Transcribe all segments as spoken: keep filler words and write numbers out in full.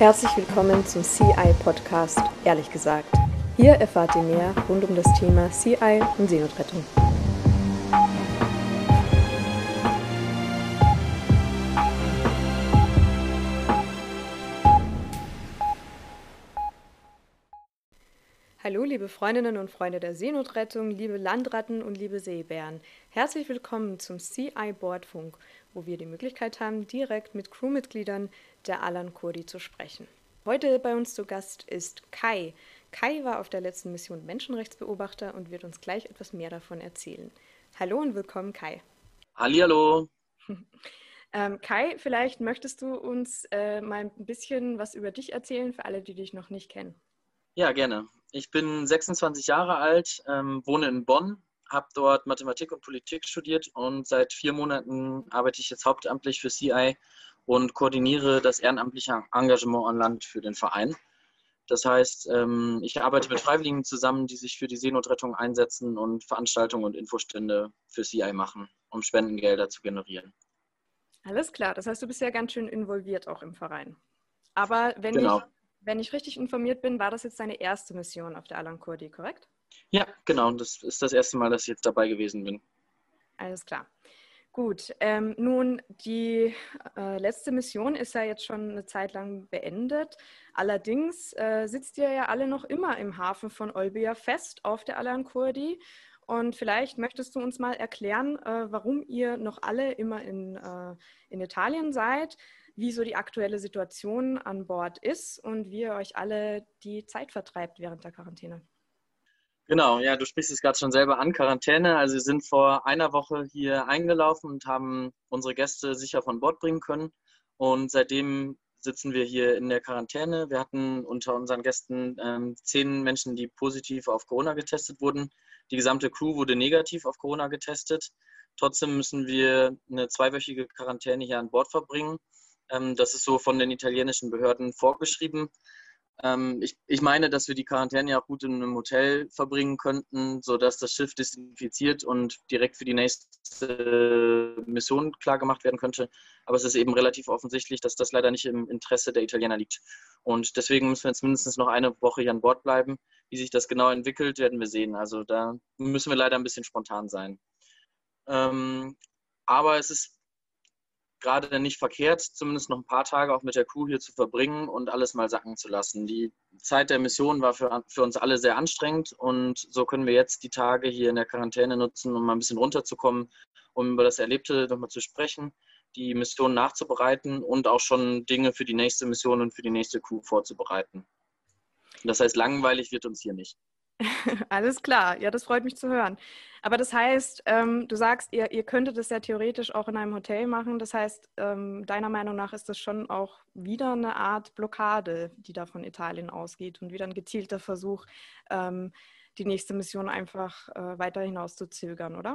Herzlich willkommen zum C I-Podcast, ehrlich gesagt. Hier erfahrt ihr mehr rund um das Thema C I und Seenotrettung. Hallo liebe Freundinnen und Freunde der Seenotrettung, liebe Landratten und liebe Seebären. Herzlich willkommen zum C I-Bordfunk, wo wir die Möglichkeit haben, direkt mit Crewmitgliedern der Alan Kurdi zu sprechen. Heute bei uns zu Gast ist Kai. Kai war auf der letzten Mission Menschenrechtsbeobachter und wird uns gleich etwas mehr davon erzählen. Hallo und willkommen, Kai. Hallihallo. ähm, Kai, vielleicht möchtest du uns äh, mal ein bisschen was über dich erzählen, für alle, die dich noch nicht kennen. Ja, gerne. Ich bin sechsundzwanzig Jahre alt, ähm, wohne in Bonn, habe dort Mathematik und Politik studiert und seit vier Monaten arbeite ich jetzt hauptamtlich für C I und koordiniere das ehrenamtliche Engagement an Land für den Verein. Das heißt, ähm, ich arbeite mit Freiwilligen zusammen, die sich für die Seenotrettung einsetzen und Veranstaltungen und Infostände für C I machen, um Spendengelder zu generieren. Alles klar, das heißt, du bist ja ganz schön involviert auch im Verein. Aber wenn Genau. ich Wenn ich richtig informiert bin, war das jetzt deine erste Mission auf der Alan Kurdi, korrekt? Ja, genau. Das ist das erste Mal, dass ich jetzt dabei gewesen bin. Alles klar. Gut, ähm, nun, die äh, letzte Mission ist ja jetzt schon eine Zeit lang beendet. Allerdings äh, sitzt ihr ja alle noch immer im Hafen von Olbia fest auf der Alan Kurdi. Und vielleicht möchtest du uns mal erklären, äh, warum ihr noch alle immer in, äh, in Italien seid, wie so die aktuelle Situation an Bord ist und wie ihr euch alle die Zeit vertreibt während der Quarantäne. Genau, ja, du sprichst es gerade schon selber an, Quarantäne. Also wir sind vor einer Woche hier eingelaufen und haben unsere Gäste sicher von Bord bringen können. Und seitdem sitzen wir hier in der Quarantäne. Wir hatten unter unseren Gästen ähm, zehn Menschen, die positiv auf Corona getestet wurden. Die gesamte Crew wurde negativ auf Corona getestet. Trotzdem müssen wir eine zweiwöchige Quarantäne hier an Bord verbringen. Ähm, das ist so von den italienischen Behörden vorgeschrieben. Ähm, ich, ich meine, dass wir die Quarantäne ja auch gut in einem Hotel verbringen könnten, sodass das Schiff desinfiziert und direkt für die nächste Mission klargemacht werden könnte. Aber es ist eben relativ offensichtlich, dass das leider nicht im Interesse der Italiener liegt. Und deswegen müssen wir jetzt mindestens noch eine Woche hier an Bord bleiben. Wie sich das genau entwickelt, werden wir sehen. Also da müssen wir leider ein bisschen spontan sein. Ähm, aber es ist gerade nicht verkehrt, zumindest noch ein paar Tage auch mit der Crew hier zu verbringen und alles mal sacken zu lassen. Die Zeit der Mission war für, für uns alle sehr anstrengend und so können wir jetzt die Tage hier in der Quarantäne nutzen, um mal ein bisschen runterzukommen, um über das Erlebte nochmal zu sprechen, die Mission nachzubereiten und auch schon Dinge für die nächste Mission und für die nächste Crew vorzubereiten. Das heißt, langweilig wird uns hier nicht. Alles klar, ja, das freut mich zu hören. Aber das heißt, ähm, du sagst, ihr, ihr könntet es ja theoretisch auch in einem Hotel machen. Das heißt, ähm, deiner Meinung nach ist das schon auch wieder eine Art Blockade, die da von Italien ausgeht und wieder ein gezielter Versuch, ähm, die nächste Mission einfach äh, weiter hinaus zu zögern, oder?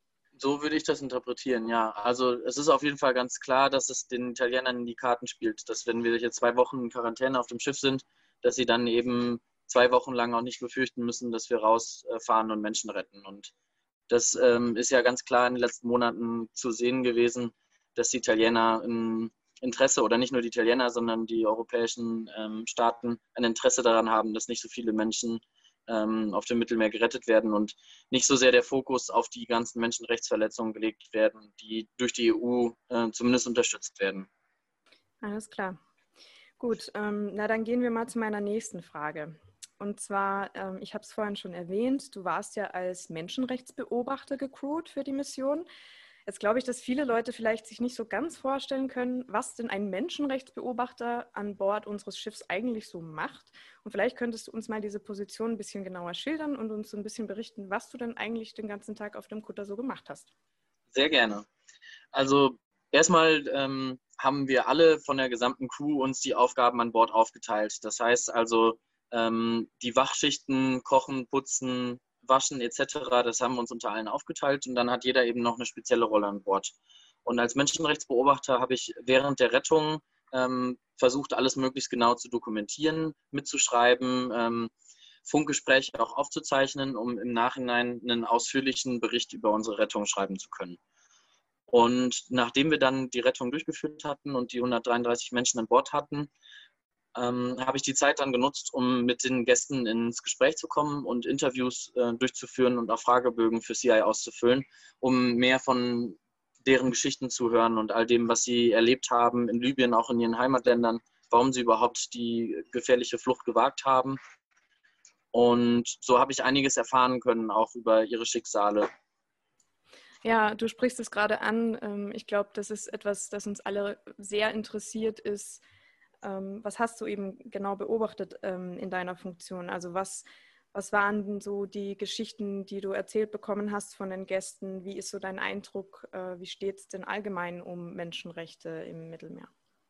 So würde ich das interpretieren, ja. Also es ist auf jeden Fall ganz klar, dass es den Italienern in die Karten spielt, dass wenn wir hier zwei Wochen in Quarantäne auf dem Schiff sind, dass sie dann eben zwei Wochen lang auch nicht befürchten müssen, dass wir rausfahren und Menschen retten. Und das ähm, ist ja ganz klar in den letzten Monaten zu sehen gewesen, dass die Italiener ein Interesse, oder nicht nur die Italiener, sondern die europäischen ähm, Staaten ein Interesse daran haben, dass nicht so viele Menschen ähm, auf dem Mittelmeer gerettet werden und nicht so sehr der Fokus auf die ganzen Menschenrechtsverletzungen gelegt werden, die durch die E U äh, zumindest unterstützt werden. Alles klar. Gut, ähm, na dann gehen wir mal zu meiner nächsten Frage. Und zwar, ähm, ich habe es vorhin schon erwähnt, du warst ja als Menschenrechtsbeobachter gecrewt für die Mission. Jetzt glaube ich, dass viele Leute vielleicht sich nicht so ganz vorstellen können, was denn ein Menschenrechtsbeobachter an Bord unseres Schiffs eigentlich so macht. Und vielleicht könntest du uns mal diese Position ein bisschen genauer schildern und uns so ein bisschen berichten, was du denn eigentlich den ganzen Tag auf dem Kutter so gemacht hast. Sehr gerne. Also erstmal ähm, haben wir alle von der gesamten Crew uns die Aufgaben an Bord aufgeteilt. Das heißt also, ähm, die Wachschichten, Kochen, Putzen, Waschen et cetera, das haben wir uns unter allen aufgeteilt und dann hat jeder eben noch eine spezielle Rolle an Bord. Und als Menschenrechtsbeobachter habe ich während der Rettung ähm, versucht, alles möglichst genau zu dokumentieren, mitzuschreiben, ähm, Funkgespräche auch aufzuzeichnen, um im Nachhinein einen ausführlichen Bericht über unsere Rettung schreiben zu können. Und nachdem wir dann die Rettung durchgeführt hatten und die hundertdreiunddreißig Menschen an Bord hatten, ähm, habe ich die Zeit dann genutzt, um mit den Gästen ins Gespräch zu kommen und Interviews äh, durchzuführen und auch Fragebögen für C I auszufüllen, um mehr von deren Geschichten zu hören und all dem, was sie erlebt haben in Libyen, auch in ihren Heimatländern, warum sie überhaupt die gefährliche Flucht gewagt haben. Und so habe ich einiges erfahren können, auch über ihre Schicksale. Ja, du sprichst es gerade an. Ich glaube, das ist etwas, das uns alle sehr interessiert ist. Was hast du eben genau beobachtet in deiner Funktion? Also was, was waren denn so die Geschichten, die du erzählt bekommen hast von den Gästen? Wie ist so dein Eindruck? Wie steht es denn allgemein um Menschenrechte im Mittelmeer?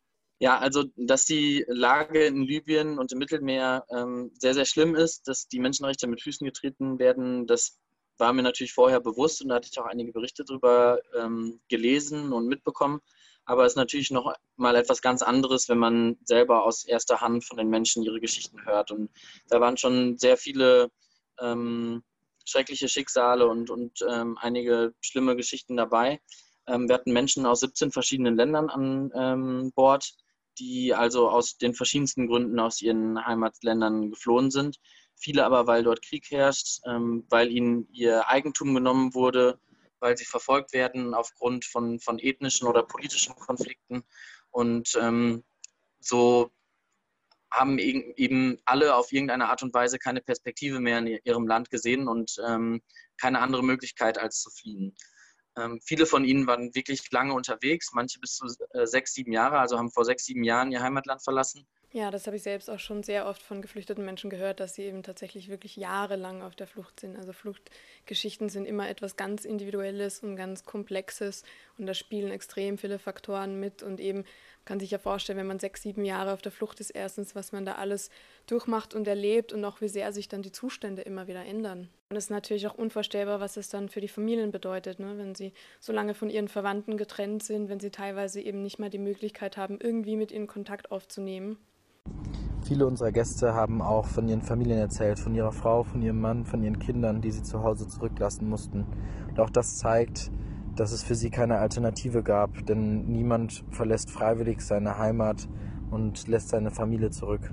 Ja, also dass die Lage in Libyen und im Mittelmeer ähm, sehr, sehr schlimm ist, dass die Menschenrechte mit Füßen getreten werden, das war mir natürlich vorher bewusst und da hatte ich auch einige Berichte darüber ähm, gelesen und mitbekommen. Aber es ist natürlich noch mal etwas ganz anderes, wenn man selber aus erster Hand von den Menschen ihre Geschichten hört. Und da waren schon sehr viele ähm, schreckliche Schicksale und, und ähm, einige schlimme Geschichten dabei. Ähm, wir hatten Menschen aus siebzehn verschiedenen Ländern an ähm, Bord, die also aus den verschiedensten Gründen aus ihren Heimatländern geflohen sind. Viele aber, weil dort Krieg herrscht, ähm, weil ihnen ihr Eigentum genommen wurde, weil sie verfolgt werden aufgrund von, von ethnischen oder politischen Konflikten. Und ähm, so haben eben alle auf irgendeine Art und Weise keine Perspektive mehr in ihrem Land gesehen und ähm, keine andere Möglichkeit als zu fliehen. Ähm, viele von ihnen waren wirklich lange unterwegs, manche bis zu äh, sechs, sieben Jahre, also haben vor sechs, sieben Jahren ihr Heimatland verlassen. Ja, das habe ich selbst auch schon sehr oft von geflüchteten Menschen gehört, dass sie eben tatsächlich wirklich jahrelang auf der Flucht sind. Also Fluchtgeschichten sind immer etwas ganz Individuelles und ganz Komplexes und da spielen extrem viele Faktoren mit und eben kann sich ja vorstellen, wenn man sechs, sieben Jahre auf der Flucht ist, erstens, was man da alles durchmacht und erlebt und auch wie sehr sich dann die Zustände immer wieder ändern. Und es ist natürlich auch unvorstellbar, was es dann für die Familien bedeutet, ne? Wenn sie so lange von ihren Verwandten getrennt sind, wenn sie teilweise eben nicht mehr die Möglichkeit haben, irgendwie mit ihnen Kontakt aufzunehmen. Viele unserer Gäste haben auch von ihren Familien erzählt, von ihrer Frau, von ihrem Mann, von ihren Kindern, die sie zu Hause zurücklassen mussten. Und auch das zeigt, dass es für sie keine Alternative gab, denn niemand verlässt freiwillig seine Heimat und lässt seine Familie zurück.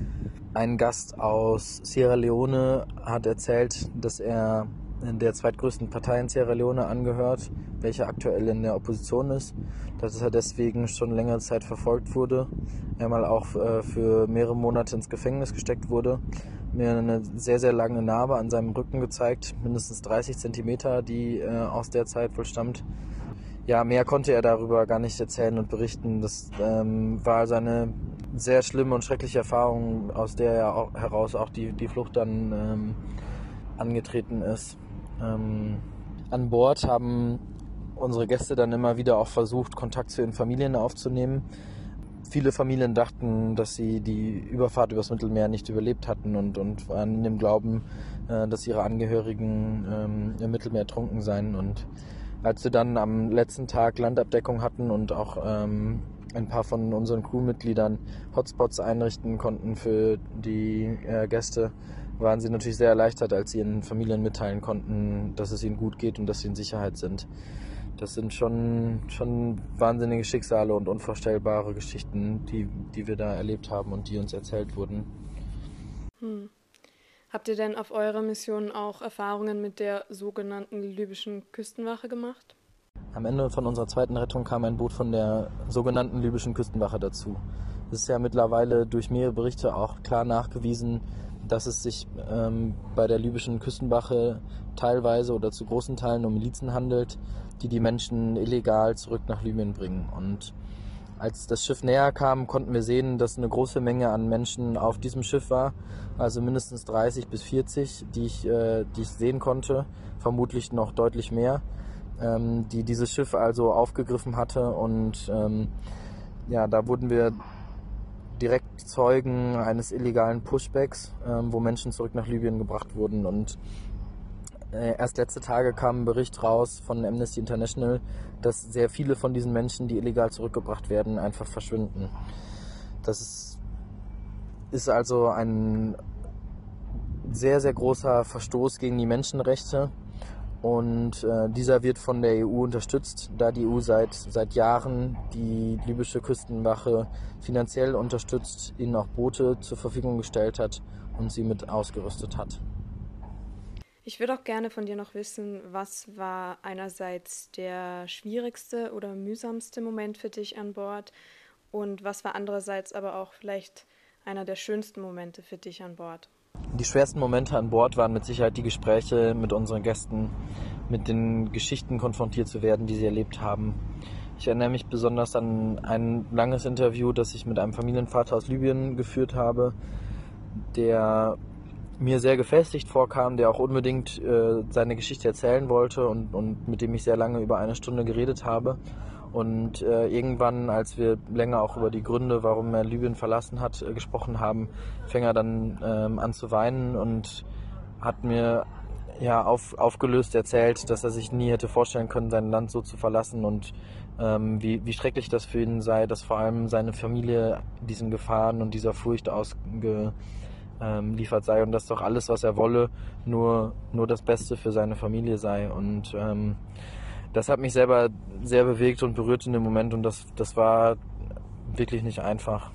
Ein Gast aus Sierra Leone hat erzählt, dass er der zweitgrößten Partei in Sierra Leone angehört, welche aktuell in der Opposition ist, dass er deswegen schon längere Zeit verfolgt wurde, einmal auch äh, für mehrere Monate ins Gefängnis gesteckt wurde, mir eine sehr, sehr lange Narbe an seinem Rücken gezeigt, mindestens dreißig Zentimeter, die äh, aus der Zeit wohl stammt. Ja, mehr konnte er darüber gar nicht erzählen und berichten. Das ähm, war also eine sehr schlimme und schreckliche Erfahrung, aus der er auch, heraus auch die, die Flucht dann ähm, angetreten ist. Ähm, an Bord haben unsere Gäste dann immer wieder auch versucht, Kontakt zu ihren Familien aufzunehmen. Viele Familien dachten, dass sie die Überfahrt übers Mittelmeer nicht überlebt hatten und, und waren in dem Glauben, äh, dass ihre Angehörigen ähm, im Mittelmeer ertrunken seien. Und als wir dann am letzten Tag Landabdeckung hatten und auch ähm, ein paar von unseren Crewmitgliedern Hotspots einrichten konnten für die äh, Gäste, waren sie natürlich sehr erleichtert, als sie ihren Familien mitteilen konnten, dass es ihnen gut geht und dass sie in Sicherheit sind. Das sind schon, schon wahnsinnige Schicksale und unvorstellbare Geschichten, die, die wir da erlebt haben und die uns erzählt wurden. Hm. Habt ihr denn auf eurer Mission auch Erfahrungen mit der sogenannten libyschen Küstenwache gemacht? Am Ende von unserer zweiten Rettung kam ein Boot von der sogenannten libyschen Küstenwache dazu. Es ist ja mittlerweile durch mehrere Berichte auch klar nachgewiesen, dass es sich ähm, bei der libyschen Küstenwache teilweise oder zu großen Teilen um Milizen handelt, die die Menschen illegal zurück nach Libyen bringen. Und als das Schiff näher kam, konnten wir sehen, dass eine große Menge an Menschen auf diesem Schiff war, also mindestens dreißig bis vierzig, die ich, äh, die ich sehen konnte, vermutlich noch deutlich mehr, ähm, die dieses Schiff also aufgegriffen hatte. Und ähm, ja, da wurden wir direkt Zeugen eines illegalen Pushbacks, ähm, wo Menschen zurück nach Libyen gebracht wurden. Und äh, erst letzte Tage kam ein Bericht raus von Amnesty International, dass sehr viele von diesen Menschen, die illegal zurückgebracht werden, einfach verschwinden. Das ist, ist also ein sehr, sehr großer Verstoß gegen die Menschenrechte. Und äh, dieser wird von der E U unterstützt, da die E U seit, seit Jahren die libysche Küstenwache finanziell unterstützt, ihnen auch Boote zur Verfügung gestellt hat und sie mit ausgerüstet hat. Ich würde auch gerne von dir noch wissen, was war einerseits der schwierigste oder mühsamste Moment für dich an Bord und was war andererseits aber auch vielleicht einer der schönsten Momente für dich an Bord? Die schwersten Momente an Bord waren mit Sicherheit die Gespräche mit unseren Gästen, mit den Geschichten konfrontiert zu werden, die sie erlebt haben. Ich erinnere mich besonders an ein langes Interview, das ich mit einem Familienvater aus Libyen geführt habe, der mir sehr gefestigt vorkam, der auch unbedingt äh, seine Geschichte erzählen wollte und, und mit dem ich sehr lange über eine Stunde geredet habe. Und äh, irgendwann, als wir länger auch über die Gründe, warum er Libyen verlassen hat, äh, gesprochen haben, fing er dann ähm, an zu weinen und hat mir ja auf, aufgelöst erzählt, dass er sich nie hätte vorstellen können, sein Land so zu verlassen und ähm, wie, wie schrecklich das für ihn sei, dass vor allem seine Familie diesen Gefahren und dieser Furcht ausgeliefert sei und dass doch alles, was er wolle, nur, nur das Beste für seine Familie sei. Und ähm, das hat mich selber sehr bewegt und berührt in dem Moment und das, das war wirklich nicht einfach.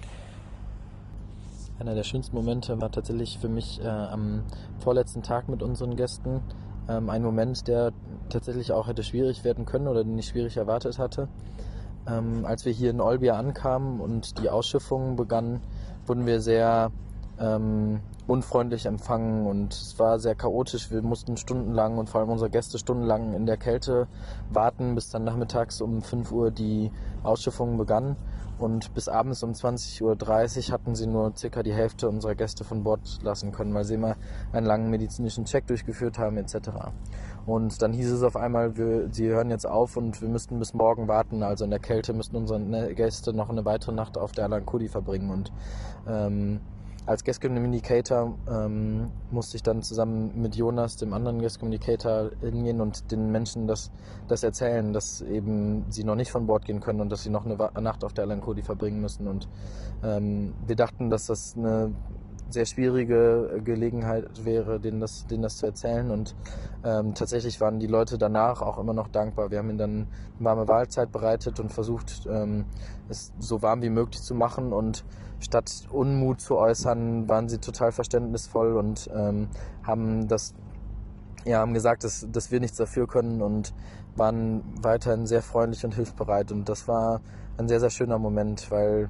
Einer der schönsten Momente war tatsächlich für mich äh, am vorletzten Tag mit unseren Gästen. Ähm, ein Moment, der tatsächlich auch hätte schwierig werden können oder den ich schwierig erwartet hatte. Ähm, als wir hier in Olbia ankamen und die Ausschiffung begann, wurden wir sehr ähm, unfreundlich empfangen und es war sehr chaotisch. Wir mussten stundenlang und vor allem unsere Gäste stundenlang in der Kälte warten, bis dann nachmittags um fünf Uhr die Ausschiffung begann. Und bis abends um zwanzig Uhr dreißig hatten sie nur circa die Hälfte unserer Gäste von Bord lassen können, weil sie immer einen langen medizinischen Check durchgeführt haben et cetera. Und dann hieß es auf einmal, wir, sie hören jetzt auf und wir müssten bis morgen warten. Also in der Kälte müssten unsere Gäste noch eine weitere Nacht auf der Alan Kurdi verbringen. Und ähm, als Guest Communicator ähm, musste ich dann zusammen mit Jonas, dem anderen Guest Communicator, hingehen und den Menschen das, das erzählen, dass eben sie noch nicht von Bord gehen können und dass sie noch eine Nacht auf der Alan Kurdi verbringen müssen. Und ähm, wir dachten, dass das eine sehr schwierige Gelegenheit wäre, denen das, denen das zu erzählen. Und ähm, tatsächlich waren die Leute danach auch immer noch dankbar. Wir haben ihnen dann eine warme Mahlzeit bereitet und versucht, ähm, es so warm wie möglich zu machen. Und statt Unmut zu äußern, waren sie total verständnisvoll und ähm, haben das, ja, haben gesagt, dass, dass wir nichts dafür können und waren weiterhin sehr freundlich und hilfsbereit. Und das war ein sehr, sehr schöner Moment, weil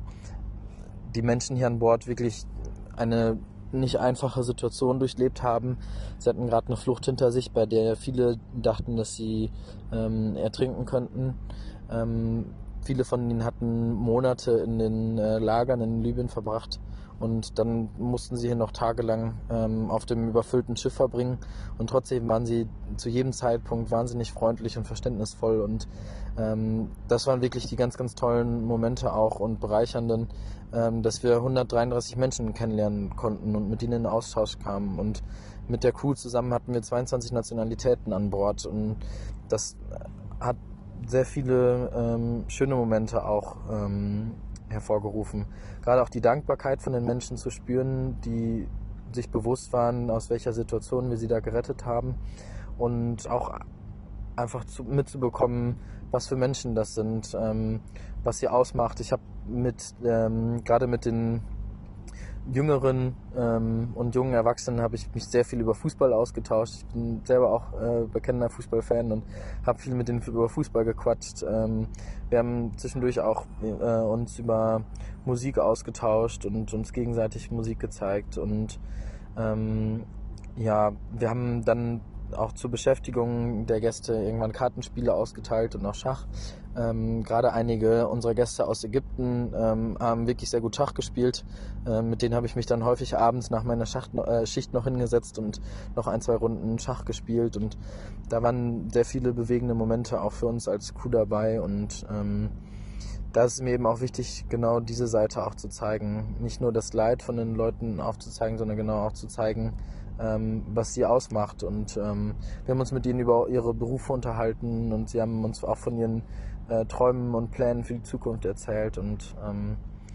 die Menschen hier an Bord wirklich eine nicht einfache Situation durchlebt haben. Sie hatten gerade eine Flucht hinter sich, bei der viele dachten, dass sie ähm, ertrinken könnten. Ähm, viele von ihnen hatten Monate in den äh, Lagern in Libyen verbracht und dann mussten sie hier noch tagelang ähm, auf dem überfüllten Schiff verbringen und trotzdem waren sie zu jedem Zeitpunkt wahnsinnig freundlich und verständnisvoll und ähm, das waren wirklich die ganz, ganz tollen Momente auch und bereichernden, ähm, dass wir hundertdreiunddreißig Menschen kennenlernen konnten und mit ihnen in Austausch kamen und mit der Crew zusammen hatten wir zweiundzwanzig Nationalitäten an Bord und das hat sehr viele ähm, schöne Momente auch ähm, hervorgerufen. Gerade auch die Dankbarkeit von den Menschen zu spüren, die sich bewusst waren, aus welcher Situation wir sie da gerettet haben und auch einfach zu, mitzubekommen, was für Menschen das sind, ähm, was sie ausmacht. Ich habe mit ähm, gerade mit den Jüngeren ähm, und jungen Erwachsenen habe ich mich sehr viel über Fußball ausgetauscht. Ich bin selber auch äh, bekennender Fußballfan und habe viel mit denen über Fußball gequatscht. Ähm, wir haben zwischendurch auch äh, uns über Musik ausgetauscht und uns gegenseitig Musik gezeigt. Und ähm, ja, wir haben dann auch zur Beschäftigung der Gäste irgendwann Kartenspiele ausgeteilt und auch Schach. Ähm, gerade einige unserer Gäste aus Ägypten ähm, haben wirklich sehr gut Schach gespielt. Ähm, mit denen habe ich mich dann häufig abends nach meiner Schacht, äh, Schicht noch hingesetzt und noch ein, zwei Runden Schach gespielt. Und da waren sehr viele bewegende Momente auch für uns als Crew dabei. Und ähm, da ist es mir eben auch wichtig, genau diese Seite auch zu zeigen. Nicht nur das Leid von den Leuten aufzuzeigen, sondern genau auch zu zeigen, ähm, was sie ausmacht. Und ähm, wir haben uns mit ihnen über ihre Berufe unterhalten und sie haben uns auch von ihren äh, Träumen und Plänen für die Zukunft erzählt. Und ähm,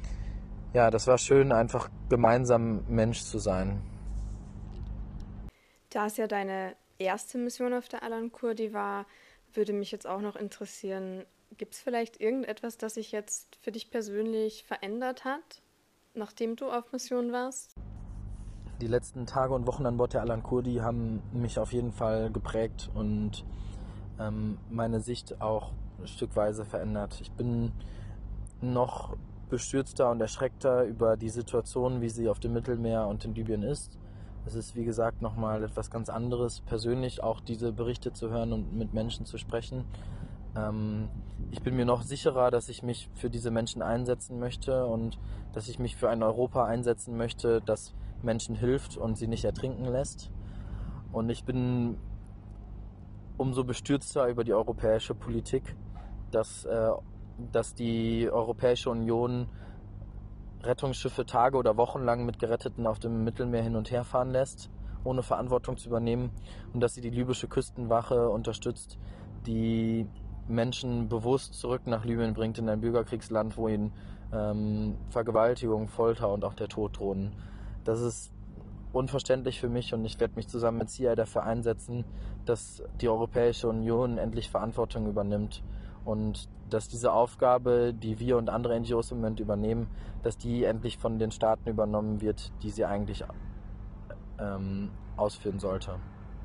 ja, das war schön, einfach gemeinsam Mensch zu sein. Da es ja deine erste Mission auf der Alan Kurdi war, würde mich jetzt auch noch interessieren, gibt es vielleicht irgendetwas, das sich jetzt für dich persönlich verändert hat, nachdem du auf Mission warst? Die letzten Tage und Wochen an Bord der Alan Kurdi haben mich auf jeden Fall geprägt und ähm, meine Sicht auch stückweise verändert. Ich bin noch bestürzter und erschreckter über die Situation, wie sie auf dem Mittelmeer und in Libyen ist. Es ist, wie gesagt, nochmal etwas ganz anderes, persönlich auch diese Berichte zu hören und mit Menschen zu sprechen. Ähm, ich bin mir noch sicherer, dass ich mich für diese Menschen einsetzen möchte und dass ich mich für ein Europa einsetzen möchte, das Menschen hilft und sie nicht ertrinken lässt. Und ich bin umso bestürzter über die europäische Politik, dass, äh, dass die Europäische Union Rettungsschiffe Tage oder Wochen lang mit Geretteten auf dem Mittelmeer hin und her fahren lässt, ohne Verantwortung zu übernehmen, und dass sie die libysche Küstenwache unterstützt, die Menschen bewusst zurück nach Libyen bringt, in ein Bürgerkriegsland, wo ihnen ähm, Vergewaltigung, Folter und auch der Tod drohen. Das ist unverständlich für mich und ich werde mich zusammen mit C I dafür einsetzen, dass die Europäische Union endlich Verantwortung übernimmt und dass diese Aufgabe, die wir und andere N G Os im Moment übernehmen, dass die endlich von den Staaten übernommen wird, die sie eigentlich ähm, ausführen sollte.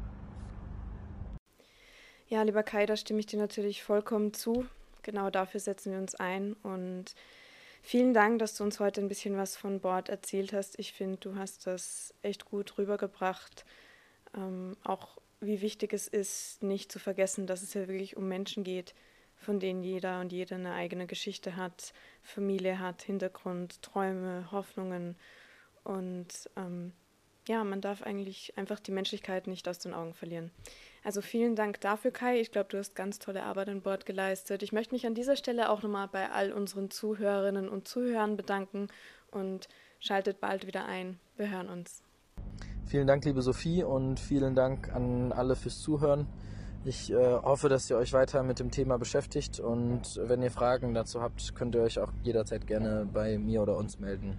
Ja, lieber Kai, da stimme ich dir natürlich vollkommen zu. Genau dafür setzen wir uns ein und vielen Dank, dass du uns heute ein bisschen was von Bord erzählt hast. Ich finde, du hast das echt gut rübergebracht. Ähm, auch wie wichtig es ist, nicht zu vergessen, dass es ja wirklich um Menschen geht, von denen jeder und jede eine eigene Geschichte hat, Familie hat, Hintergrund, Träume, Hoffnungen. Und ähm, ja, man darf eigentlich einfach die Menschlichkeit nicht aus den Augen verlieren. Also vielen Dank dafür, Kai. Ich glaube, du hast ganz tolle Arbeit an Bord geleistet. Ich möchte mich an dieser Stelle auch nochmal bei all unseren Zuhörerinnen und Zuhörern bedanken und schaltet bald wieder ein. Wir hören uns. Vielen Dank, liebe Sophie, und vielen Dank an alle fürs Zuhören. Ich äh, hoffe, dass ihr euch weiter mit dem Thema beschäftigt, und wenn ihr Fragen dazu habt, könnt ihr euch auch jederzeit gerne bei mir oder uns melden.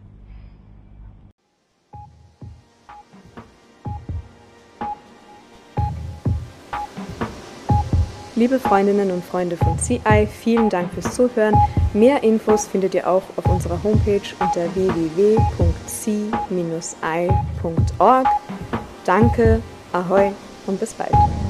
Liebe Freundinnen und Freunde von C I, vielen Dank fürs Zuhören. Mehr Infos findet ihr auch auf unserer Homepage unter w w w punkt c dash i punkt org. Danke, ahoi und bis bald.